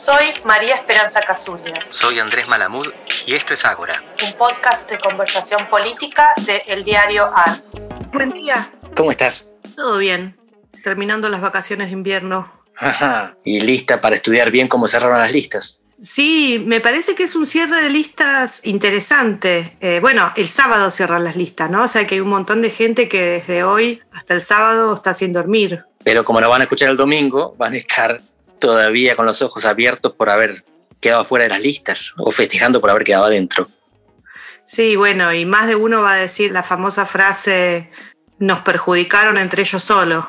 Soy María Esperanza Casulla. Soy Andrés Malamud y esto es Ágora, un podcast de conversación política de El Diario AR. Buen día. ¿Cómo estás? Todo bien. Terminando las vacaciones de invierno. Ajá. ¿Y lista para estudiar bien cómo cerraron las listas? Sí, me parece que es un cierre de listas interesante. Bueno, el sábado cierran las listas, ¿no? O sea que hay un montón de gente que desde hoy hasta el sábado está sin dormir. Pero como lo van a escuchar el domingo, van a estar todavía con los ojos abiertos por haber quedado fuera de las listas o festejando por haber quedado adentro. Sí, bueno, y más de uno va a decir la famosa frase: nos perjudicaron entre ellos solos.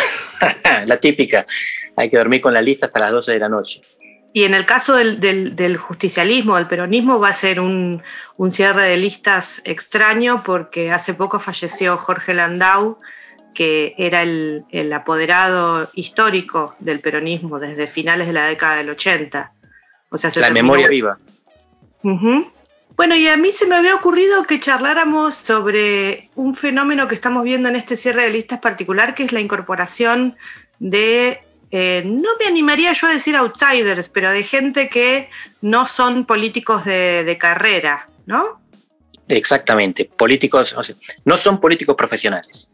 La típica, hay que dormir con la lista hasta las 12 de la noche. Y en el caso del justicialismo, del peronismo, va a ser un cierre de listas extraño porque hace poco falleció Jorge Landau, que era el apoderado histórico del peronismo desde finales de la década del 80. O sea, la memoria viva. Uh-huh. Bueno, y a mí se me había ocurrido que charláramos sobre un fenómeno que estamos viendo en este cierre de listas particular, que es la incorporación de, no me animaría yo a decir outsiders, pero de gente que no son políticos de carrera, ¿no? Exactamente, políticos, o sea, no son políticos profesionales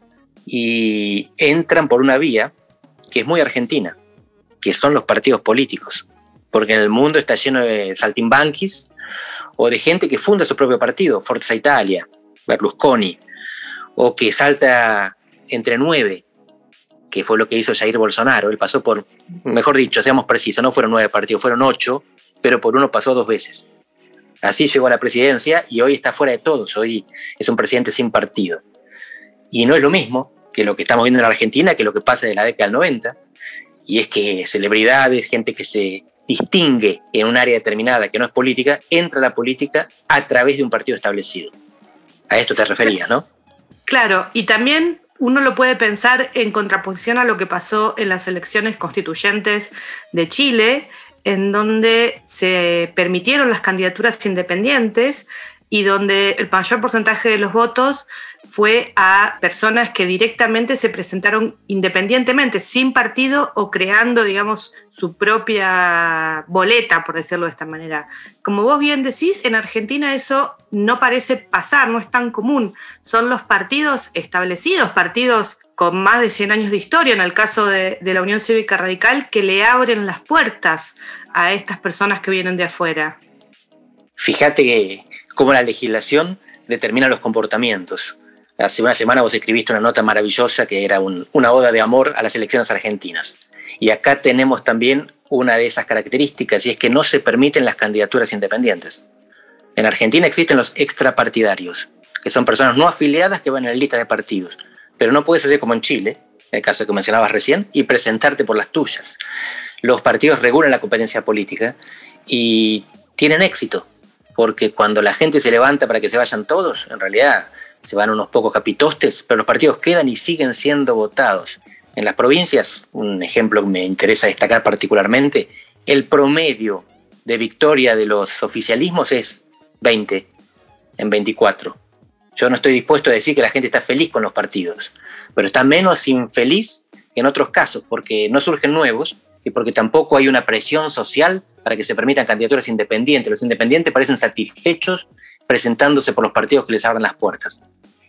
y entran por una vía que es muy argentina, que son los partidos políticos, porque en el mundo está lleno de saltimbanquis o de gente que funda su propio partido, Forza Italia, Berlusconi, o que salta entre 9, que fue lo que hizo Jair Bolsonaro. Él pasó por, mejor dicho, seamos precisos, no fueron 9 partidos, fueron 8, pero por uno pasó 2 veces. Así llegó a la presidencia y hoy está fuera de todos, hoy es un presidente sin partido. Y no es lo mismo que lo que estamos viendo en Argentina, que lo que pasa de la década del 90, y es que celebridades, gente que se distingue en un área determinada que no es política, entra a la política a través de un partido establecido. A esto te referías, ¿no? Claro, y también uno lo puede pensar en contraposición a lo que pasó en las elecciones constituyentes de Chile, en donde se permitieron las candidaturas independientes y donde el mayor porcentaje de los votos fue a personas que directamente se presentaron independientemente, sin partido o creando, digamos, su propia boleta, por decirlo de esta manera. Como vos bien decís, en Argentina eso no parece pasar, no es tan común. Son los partidos establecidos, partidos con más de 100 años de historia, en el caso de la Unión Cívica Radical, que le abren las puertas a estas personas que vienen de afuera. Fíjate cómo la legislación determina los comportamientos. Hace una semana vos escribiste una nota maravillosa que era una oda de amor a las elecciones argentinas. Y acá tenemos también una de esas características, y es que no se permiten las candidaturas independientes. En Argentina existen los extrapartidarios, que son personas no afiliadas que van en la lista de partidos. Pero no puedes hacer como en Chile, el caso que mencionabas recién, y presentarte por las tuyas. Los partidos regulan la competencia política y tienen éxito, porque cuando la gente se levanta para que se vayan todos, en realidad se van unos pocos capitostes, pero los partidos quedan y siguen siendo votados. En las provincias, un ejemplo que me interesa destacar particularmente, el promedio de victoria de los oficialismos es 20 en 24. Yo no estoy dispuesto a decir que la gente está feliz con los partidos, pero está menos infeliz que en otros casos, porque no surgen nuevos y porque tampoco hay una presión social para que se permitan candidaturas independientes. Los independientes parecen satisfechos presentándose por los partidos que les abran las puertas.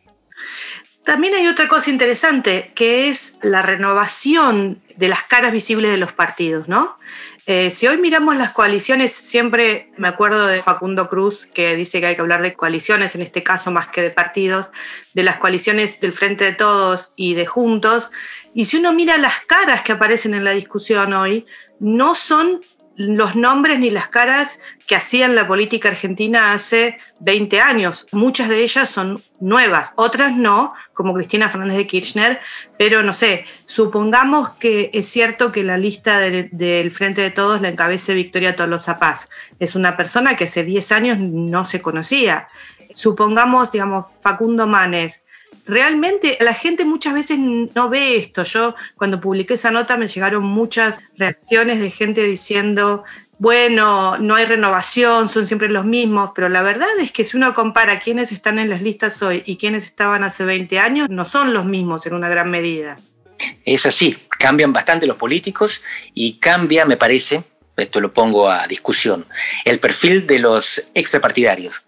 También hay otra cosa interesante, que es la renovación de las caras visibles de los partidos, ¿no? Si hoy miramos las coaliciones, siempre me acuerdo de Facundo Cruz, que dice que hay que hablar de coaliciones, en este caso más que de partidos, de las coaliciones del Frente de Todos y de Juntos, y si uno mira las caras que aparecen en la discusión hoy, no son los nombres ni las caras que hacían la política argentina hace 20 años. Muchas de ellas son nuevas, otras no, como Cristina Fernández de Kirchner, pero no sé, supongamos que es cierto que la lista del Frente de Todos la encabece Victoria Tolosa Paz. Es una persona que hace 10 años no se conocía. Supongamos, digamos, Facundo Manes. Realmente la gente muchas veces no ve esto. Yo cuando publiqué esa nota me llegaron muchas reacciones de gente diciendo, bueno, no hay renovación, son siempre los mismos, pero la verdad es que si uno compara quiénes están en las listas hoy y quiénes estaban hace 20 años, no son los mismos en una gran medida. Es así, cambian bastante los políticos y cambia, me parece, esto lo pongo a discusión, el perfil de los extrapartidarios.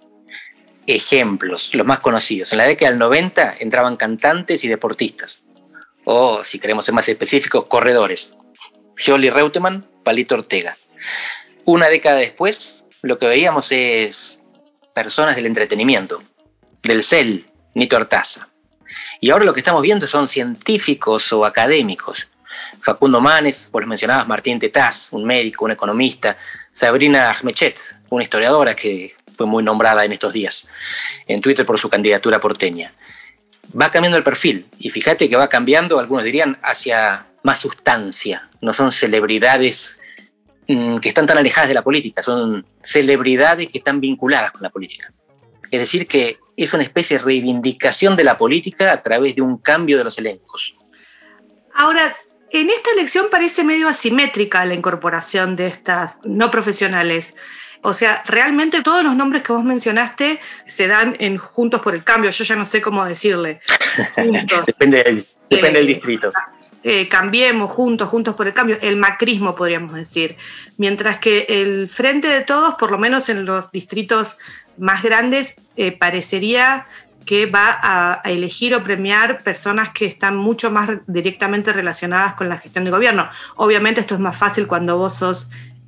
Ejemplos, los más conocidos. En la década del 90 entraban cantantes y deportistas. O, si queremos ser más específicos, corredores. Scioli Reutemann, Palito Ortega. Una década después, lo que veíamos es personas del entretenimiento, del CEL, Nito Artaza. Y ahora lo que estamos viendo son científicos o académicos. Facundo Manes, vos los mencionabas, Martín Tetaz, un médico, un economista, Sabrina Ahmechet, una historiadora que fue muy nombrada en estos días en Twitter por su candidatura porteña. Va cambiando el perfil, y fíjate que va cambiando, algunos dirían, hacia más sustancia. No son celebridades que están tan alejadas de la política, son celebridades que están vinculadas con la política. Es decir, que es una especie de reivindicación de la política a través de un cambio de los elencos. Ahora, en esta elección parece medio asimétrica la incorporación de estas no profesionales. O sea, realmente todos los nombres que vos mencionaste se dan en Juntos por el Cambio. Yo ya no sé cómo decirle. Juntos. Depende del distrito. Cambiemos, Juntos por el Cambio. El macrismo, podríamos decir. Mientras que el Frente de Todos, por lo menos en los distritos más grandes, parecería que va a elegir o premiar personas que están mucho más directamente relacionadas con la gestión de gobierno. Obviamente esto es más fácil cuando vos sos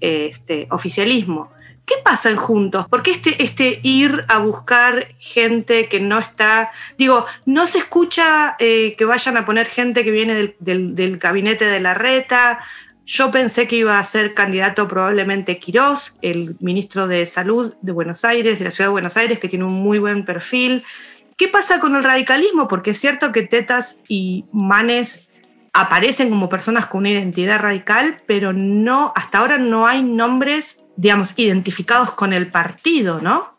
oficialismo. ¿Qué pasa en Juntos? ¿Por qué este ir a buscar gente que no está... Digo, no se escucha que vayan a poner gente que viene del gabinete de Larreta. Yo pensé que iba a ser candidato probablemente Quirós, el ministro de Salud de Buenos Aires, de la ciudad de Buenos Aires, que tiene un muy buen perfil. ¿Qué pasa con el radicalismo? Porque es cierto que Tetaz y Manes aparecen como personas con una identidad radical, pero no, hasta ahora no hay nombres, digamos, identificados con el partido, ¿no?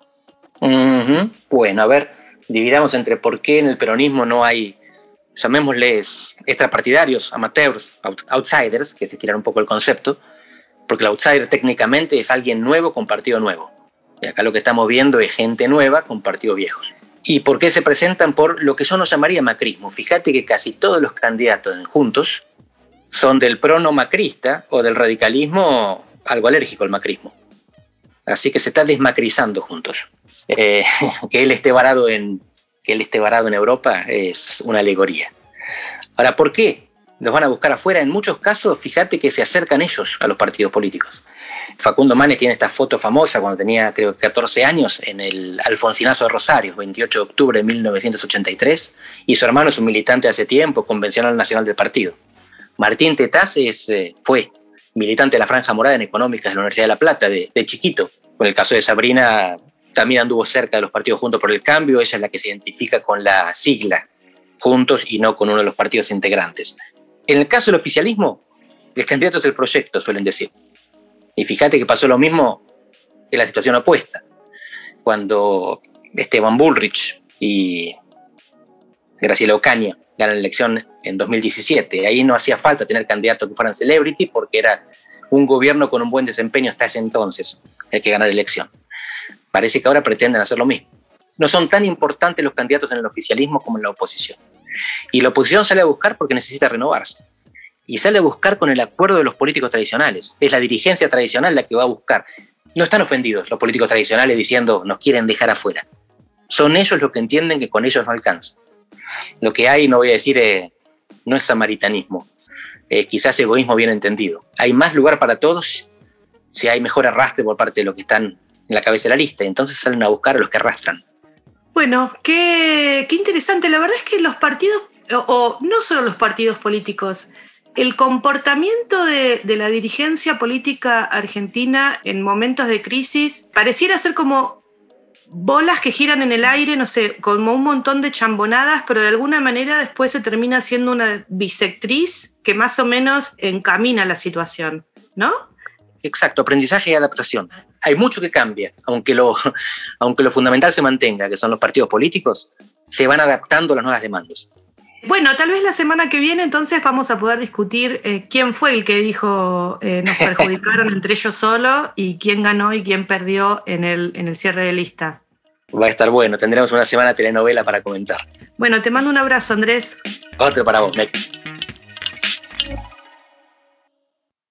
Bueno, a ver, dividamos entre por qué en el peronismo no hay, llamémosles extrapartidarios, amateurs, outsiders, que se estiran un poco el concepto, porque el outsider técnicamente es alguien nuevo con partido nuevo. Y acá lo que estamos viendo es gente nueva con partidos viejos. ¿Y por qué se presentan? Por lo que yo no llamaría macrismo. Fíjate que casi todos los candidatos en Juntos son del prono macrista o del radicalismo algo alérgico al macrismo. Así que se está desmacrizando Juntos. Que él esté varado en Europa es una alegoría. Ahora, ¿por qué los van a buscar afuera? En muchos casos, fíjate que se acercan ellos a los partidos políticos. Facundo Manes tiene esta foto famosa cuando tenía, creo, 14 años, en el Alfonsinazo de Rosario, 28 de octubre de 1983, y su hermano es un militante hace tiempo, convencional nacional del partido. Martín Tetaz fue militante de la Franja Morada en Económicas de la Universidad de La Plata, de chiquito. Con el caso de Sabrina, también anduvo cerca de los partidos Juntos por el Cambio. Ella es la que se identifica con la sigla Juntos y no con uno de los partidos integrantes. En el caso del oficialismo, el candidato es el proyecto, suelen decir. Y fíjate que pasó lo mismo en la situación opuesta, cuando Esteban Bullrich y Graciela Ocaña ganan la elección en 2017. Ahí no hacía falta tener candidatos que fueran celebrity porque era un gobierno con un buen desempeño hasta ese entonces el que ganara la elección. Parece que ahora pretenden hacer lo mismo. No son tan importantes los candidatos en el oficialismo como en la oposición. Y la oposición sale a buscar porque necesita renovarse. Y sale a buscar con el acuerdo de los políticos tradicionales. Es la dirigencia tradicional la que va a buscar. No están ofendidos los políticos tradicionales diciendo nos quieren dejar afuera. Son ellos los que entienden que con ellos no alcanza. Lo que hay, no voy a decir, no es samaritanismo. Quizás egoísmo bien entendido. Hay más lugar para todos si hay mejor arrastre por parte de los que están en la cabeza de la lista. Y entonces salen a buscar a los que arrastran. Bueno, qué interesante. La verdad es que los partidos, o no solo los partidos políticos, el comportamiento de la dirigencia política argentina en momentos de crisis pareciera ser como bolas que giran en el aire, no sé, como un montón de chambonadas, pero de alguna manera después se termina siendo una bisectriz que más o menos encamina la situación, ¿no? Exacto, aprendizaje y adaptación. Hay mucho que cambia, aunque lo fundamental se mantenga, que son los partidos políticos, se van adaptando a las nuevas demandas. Bueno, tal vez la semana que viene entonces vamos a poder discutir quién fue el que dijo nos perjudicaron entre ellos solo y quién ganó y quién perdió en el cierre de listas. Va a estar bueno, tendremos una semana telenovela para comentar. Bueno, te mando un abrazo, Andrés. Otro para vos, Next.